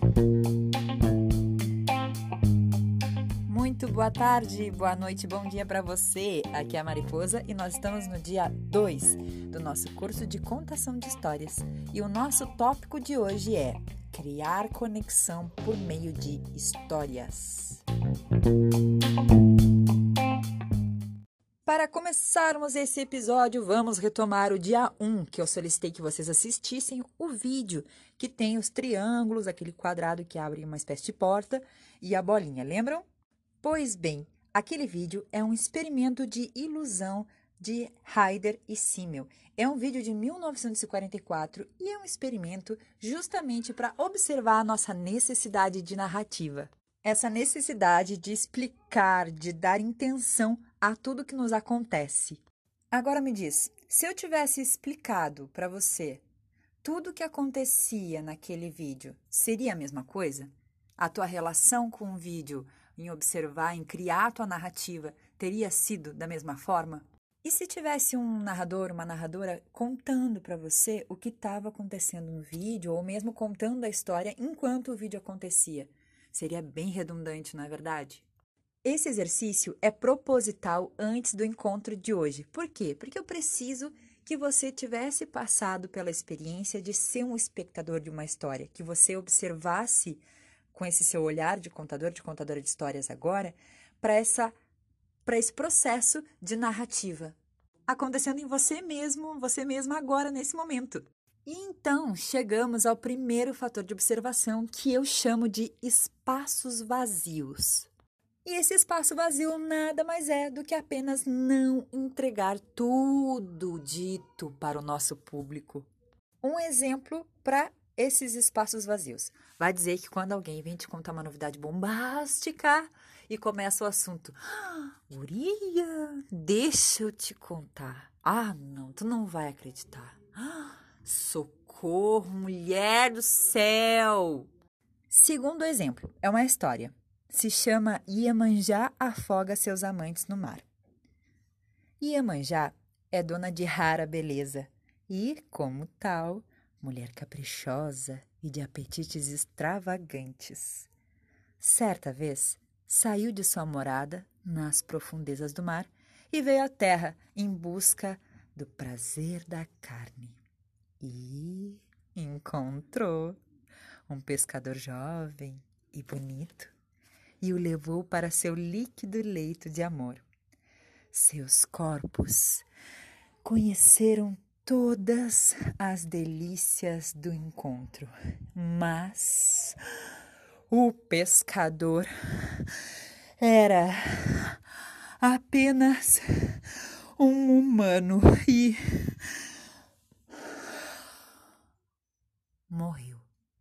Muito boa tarde, boa noite, bom dia para você. Aqui é a Mariposa e nós estamos no dia 2 do nosso curso de contação de histórias. E o nosso tópico de hoje é criar conexão por meio de histórias. Para começarmos esse episódio, vamos retomar o dia 1, que eu solicitei que vocês assistissem o vídeo, que tem os triângulos, aquele quadrado que abre uma espécie de porta, e a bolinha, lembram? Pois bem, aquele vídeo é um experimento de ilusão de Heider e Simmel. É um vídeo de 1944 e é um experimento justamente para observar a nossa necessidade de narrativa. Essa necessidade de explicar, de dar intenção a tudo que nos acontece. Agora me diz, se eu tivesse explicado para você tudo o que acontecia naquele vídeo, seria a mesma coisa? A tua relação com o vídeo, em observar, em criar a tua narrativa, teria sido da mesma forma? E se tivesse um narrador, uma narradora contando para você o que estava acontecendo no vídeo, ou mesmo contando a história enquanto o vídeo acontecia? Seria bem redundante, não é verdade? Esse exercício é proposital antes do encontro de hoje. Por quê? Porque eu preciso que você tivesse passado pela experiência de ser um espectador de uma história, que você observasse com esse seu olhar de contador, de contadora de histórias agora, para esse processo de narrativa acontecendo em você mesmo, você mesma agora, nesse momento. E então, chegamos ao primeiro fator de observação, que eu chamo de espaços vazios. E esse espaço vazio nada mais é do que apenas não entregar tudo dito para o nosso público. Um exemplo para esses espaços vazios. Vai dizer que quando alguém vem te contar uma novidade bombástica e começa o assunto, guria, deixa eu te contar. Ah, não, tu não vai acreditar. Socorro, mulher do céu! Segundo exemplo, é uma história. Se chama Iemanjá afoga seus amantes no mar. Iemanjá é dona de rara beleza e, como tal, mulher caprichosa e de apetites extravagantes. Certa vez, saiu de sua morada nas profundezas do mar e veio à terra em busca do prazer da carne. E encontrou um pescador jovem e bonito e o levou para seu líquido leito de amor. Seus corpos conheceram todas as delícias do encontro, mas o pescador era apenas um humano e morreu,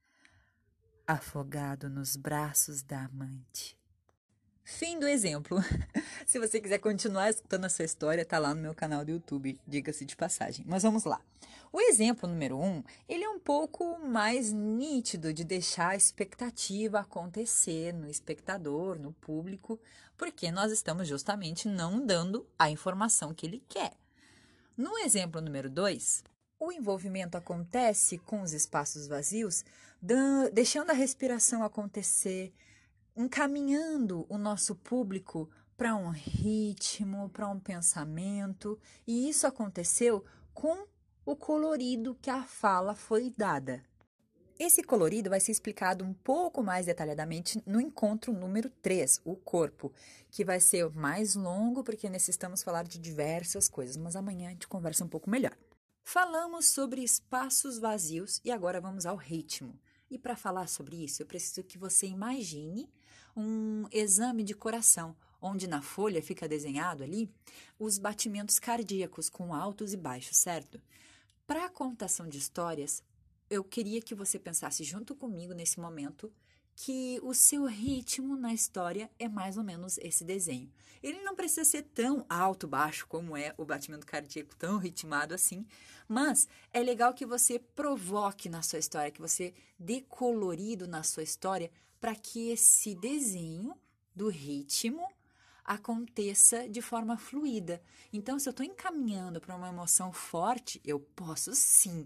afogado nos braços da amante. Fim do exemplo. Se você quiser continuar escutando essa história, tá lá no meu canal do YouTube, diga-se de passagem. Mas vamos lá. O exemplo número 1, ele é um pouco mais nítido de deixar a expectativa acontecer no espectador, no público, porque nós estamos justamente não dando a informação que ele quer. No exemplo número 2, o envolvimento acontece com os espaços vazios, deixando a respiração acontecer, encaminhando o nosso público para um ritmo, para um pensamento, e isso aconteceu com o colorido que a fala foi dada. Esse colorido vai ser explicado um pouco mais detalhadamente no encontro número 3, o corpo, que vai ser mais longo porque necessitamos falar de diversas coisas, mas amanhã a gente conversa um pouco melhor. Falamos sobre espaços vazios e agora vamos ao ritmo. E para falar sobre isso, eu preciso que você imagine um exame de coração, onde na folha fica desenhado ali os batimentos cardíacos com altos e baixos, certo? Para a contação de histórias, eu queria que você pensasse junto comigo nesse momento que o seu ritmo na história é mais ou menos esse desenho. Ele não precisa ser tão alto, baixo como é o batimento cardíaco, tão ritmado assim, mas é legal que você provoque na sua história, que você dê colorido na sua história para que esse desenho do ritmo aconteça de forma fluida. Então, se eu estou encaminhando para uma emoção forte, eu posso sim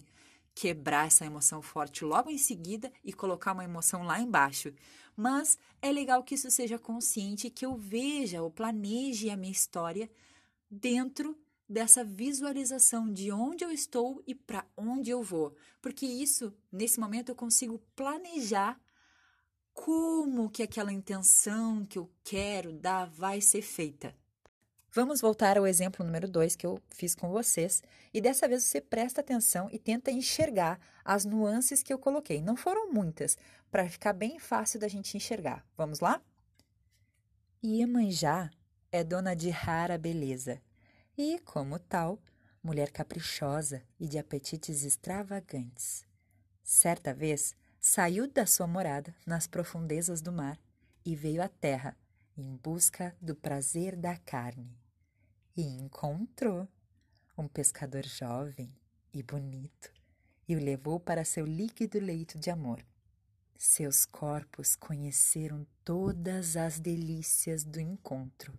quebrar essa emoção forte logo em seguida e colocar uma emoção lá embaixo. Mas é legal que isso seja consciente, que eu veja ou planeje a minha história dentro dessa visualização de onde eu estou e para onde eu vou. Porque isso, nesse momento, eu consigo planejar como que aquela intenção que eu quero dar vai ser feita. Vamos voltar ao exemplo número 2 que eu fiz com vocês, e dessa vez você presta atenção e tenta enxergar as nuances que eu coloquei. Não foram muitas, para ficar bem fácil da gente enxergar. Vamos lá? Iemanjá é dona de rara beleza e, como tal, mulher caprichosa e de apetites extravagantes. Certa vez, saiu da sua morada nas profundezas do mar e veio à terra em busca do prazer da carne. E encontrou um pescador jovem e bonito e o levou para seu líquido leito de amor. Seus corpos conheceram todas as delícias do encontro.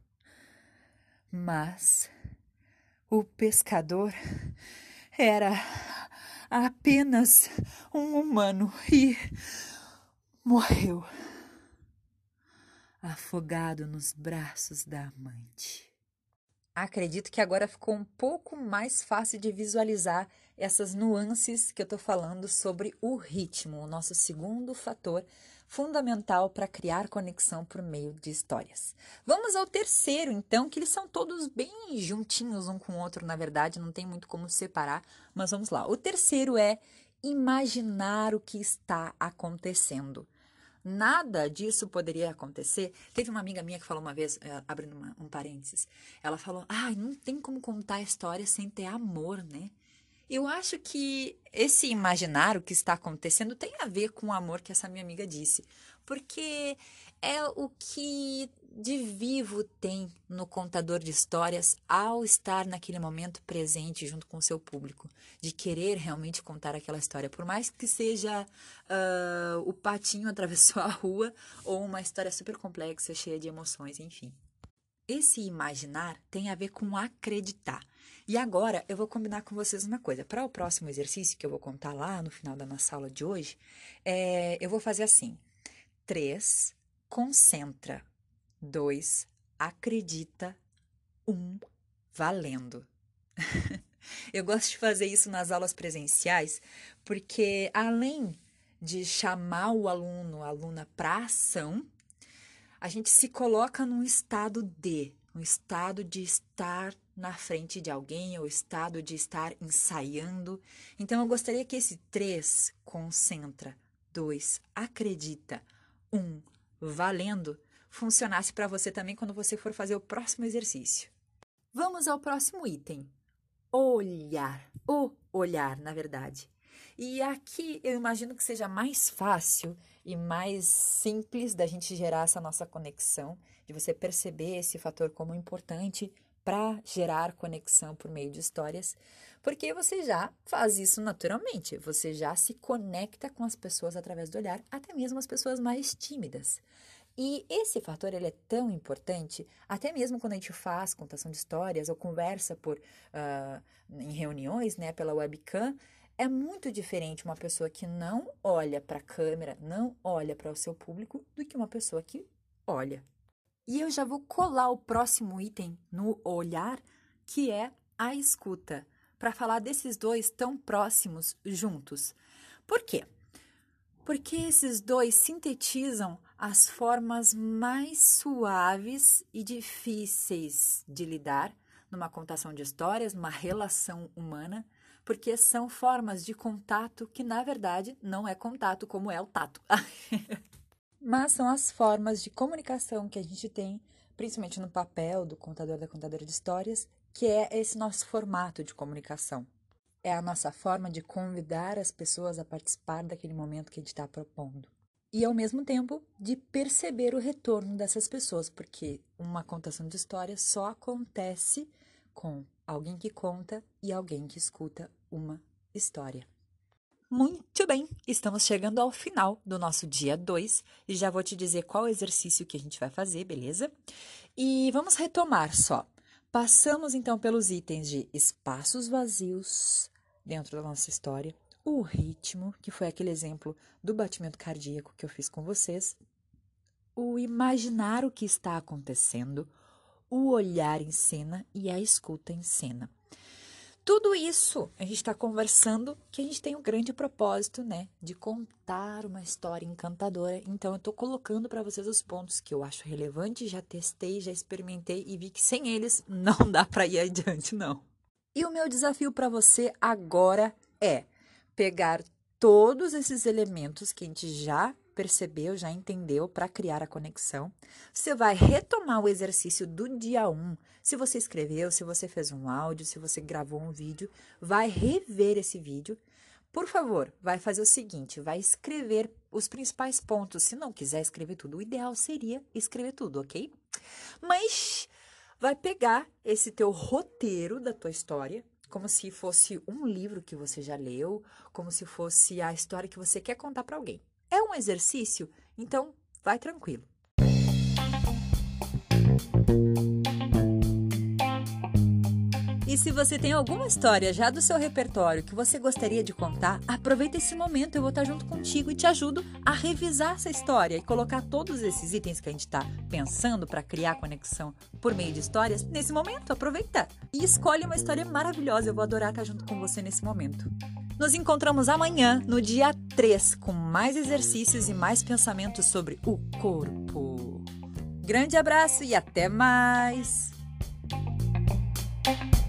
Mas o pescador era apenas um humano e morreu, afogado nos braços da amante. Acredito que agora ficou um pouco mais fácil de visualizar essas nuances que eu estou falando sobre o ritmo, o nosso segundo fator fundamental para criar conexão por meio de histórias. Vamos ao terceiro, então, que eles são todos bem juntinhos um com o outro, na verdade, não tem muito como separar, mas vamos lá. O terceiro é imaginar o que está acontecendo. Nada disso poderia acontecer. Teve uma amiga minha que falou uma vez, abrindo um parênteses, ela falou, não tem como contar a história sem ter amor, né? Eu acho que esse imaginar o que está acontecendo tem a ver com o amor que essa minha amiga disse. Porque é o que de vivo tem no contador de histórias ao estar naquele momento presente junto com o seu público. De querer realmente contar aquela história. Por mais que seja o patinho atravessou a rua ou uma história super complexa, cheia de emoções, enfim. Esse imaginar tem a ver com acreditar. E agora eu vou combinar com vocês uma coisa. Para o próximo exercício que eu vou contar lá no final da nossa aula de hoje, eu vou fazer assim. 3, concentra. 2, acredita. 1, valendo. Eu gosto de fazer isso nas aulas presenciais, porque além de chamar o aluno, a aluna para ação, a gente se coloca num estado de estar na frente de alguém, ou estado de estar ensaiando. Então, eu gostaria que esse 3, concentra, 2, acredita, 1, valendo, funcionasse para você também quando você for fazer o próximo exercício. Vamos ao próximo item. Olhar. O olhar, na verdade. E aqui eu imagino que seja mais fácil e mais simples da gente gerar essa nossa conexão, de você perceber esse fator como importante para gerar conexão por meio de histórias, porque você já faz isso naturalmente, você já se conecta com as pessoas através do olhar, até mesmo as pessoas mais tímidas. E esse fator ele é tão importante, até mesmo quando a gente faz contação de histórias ou conversa em reuniões, né, pela webcam, é muito diferente uma pessoa que não olha para a câmera, não olha para o seu público, do que uma pessoa que olha. E eu já vou colar o próximo item no olhar, que é a escuta, para falar desses dois tão próximos juntos. Por quê? Porque esses dois sintetizam as formas mais suaves e difíceis de lidar numa contação de histórias, numa relação humana, porque são formas de contato que, na verdade, não é contato como é o tato. Mas são as formas de comunicação que a gente tem, principalmente no papel do contador, da contadora de histórias, que é esse nosso formato de comunicação. É a nossa forma de convidar as pessoas a participar daquele momento que a gente está propondo. E, ao mesmo tempo, de perceber o retorno dessas pessoas, porque uma contação de histórias só acontece com alguém que conta e alguém que escuta uma história. Muito bem, estamos chegando ao final do nosso dia 2 e já vou te dizer qual exercício que a gente vai fazer, beleza? E vamos retomar só. Passamos então pelos itens de espaços vazios dentro da nossa história, o ritmo, que foi aquele exemplo do batimento cardíaco que eu fiz com vocês, o imaginar o que está acontecendo, o olhar em cena e a escuta em cena. Tudo isso a gente está conversando que a gente tem um grande propósito, né? De contar uma história encantadora. Então, eu estou colocando para vocês os pontos que eu acho relevante, já testei, já experimentei e vi que sem eles não dá para ir adiante, não. E o meu desafio para você agora é pegar todos esses elementos que a gente já percebeu, já entendeu para criar a conexão. Você vai retomar o exercício do dia 1. Se você escreveu, se você fez um áudio, se você gravou um vídeo, vai rever esse vídeo. Por favor, vai fazer o seguinte, vai escrever os principais pontos. Se não quiser escrever tudo, o ideal seria escrever tudo, ok? Mas vai pegar esse teu roteiro da tua história, como se fosse um livro que você já leu, como se fosse a história que você quer contar para alguém. É um exercício, então vai tranquilo. E se você tem alguma história já do seu repertório que você gostaria de contar, aproveita esse momento, eu vou estar junto contigo e te ajudo a revisar essa história e colocar todos esses itens que a gente está pensando para criar conexão por meio de histórias nesse momento. Aproveita e escolhe uma história maravilhosa, eu vou adorar estar junto com você nesse momento. Nos encontramos amanhã, no dia 3, com mais exercícios e mais pensamentos sobre o corpo. Grande abraço e até mais!